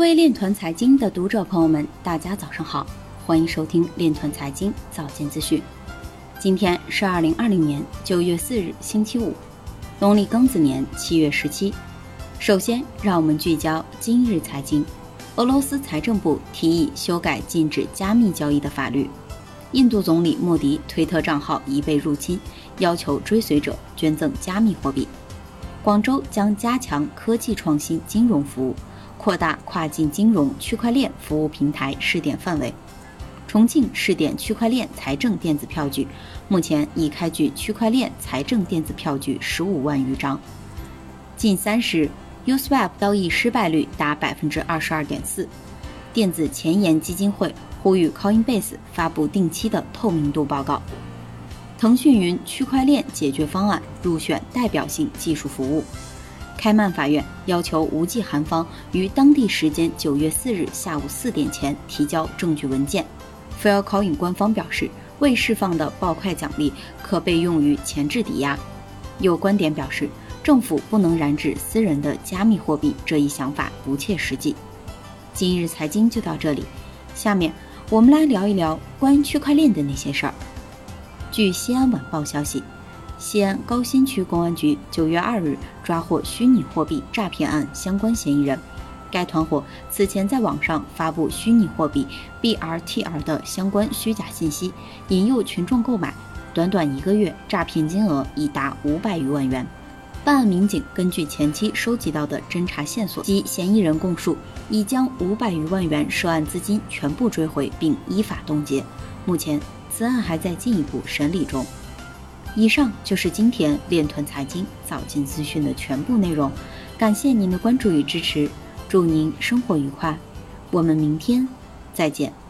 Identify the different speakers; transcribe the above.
Speaker 1: 各位链团财经的读者朋友们，大家早上好，欢迎收听链团财经早间资讯。今天是2020年9月4日星期五，农历庚子年7月17。首先让我们聚焦今日财经。俄罗斯财政部提议修改禁止加密交易的法律。印度总理莫迪推特账号已被入侵，要求追随者捐赠加密货币。广州将加强科技创新金融服务，扩大跨境金融区块链服务平台试点范围。重庆试点区块链财政电子票据，目前已开具区块链财政电子票据15万余张。近30日 ，Uswap 交易失败率达 22.4%。电子前沿基金会呼吁 Coinbase 发布定期的透明度报告。腾讯云区块链解决方案入选代表性技术服务。开曼法院要求无忌韩方于当地时间9月4日下午4点前提交证据文件。Faircoin 官方表示，未释放的爆快奖励可被用于前置抵押。有观点表示，政府不能染指私人的加密货币这一想法不切实际。今日财经就到这里，下面我们来聊一聊关于区块链的那些事儿。据西安晚报消息，西安高新区公安局9月2日抓获虚拟货币诈骗案相关嫌疑人。该团伙此前在网上发布虚拟货币 BRTR 的相关虚假信息，引诱群众购买，短短1个月，诈骗金额已达500余万元。办案民警根据前期收集到的侦查线索及嫌疑人供述，已将500余万元涉案资金全部追回并依法冻结。目前此案还在进一步审理中。以上就是今天链团财经早间资讯的全部内容，感谢您的关注与支持，祝您生活愉快，我们明天再见。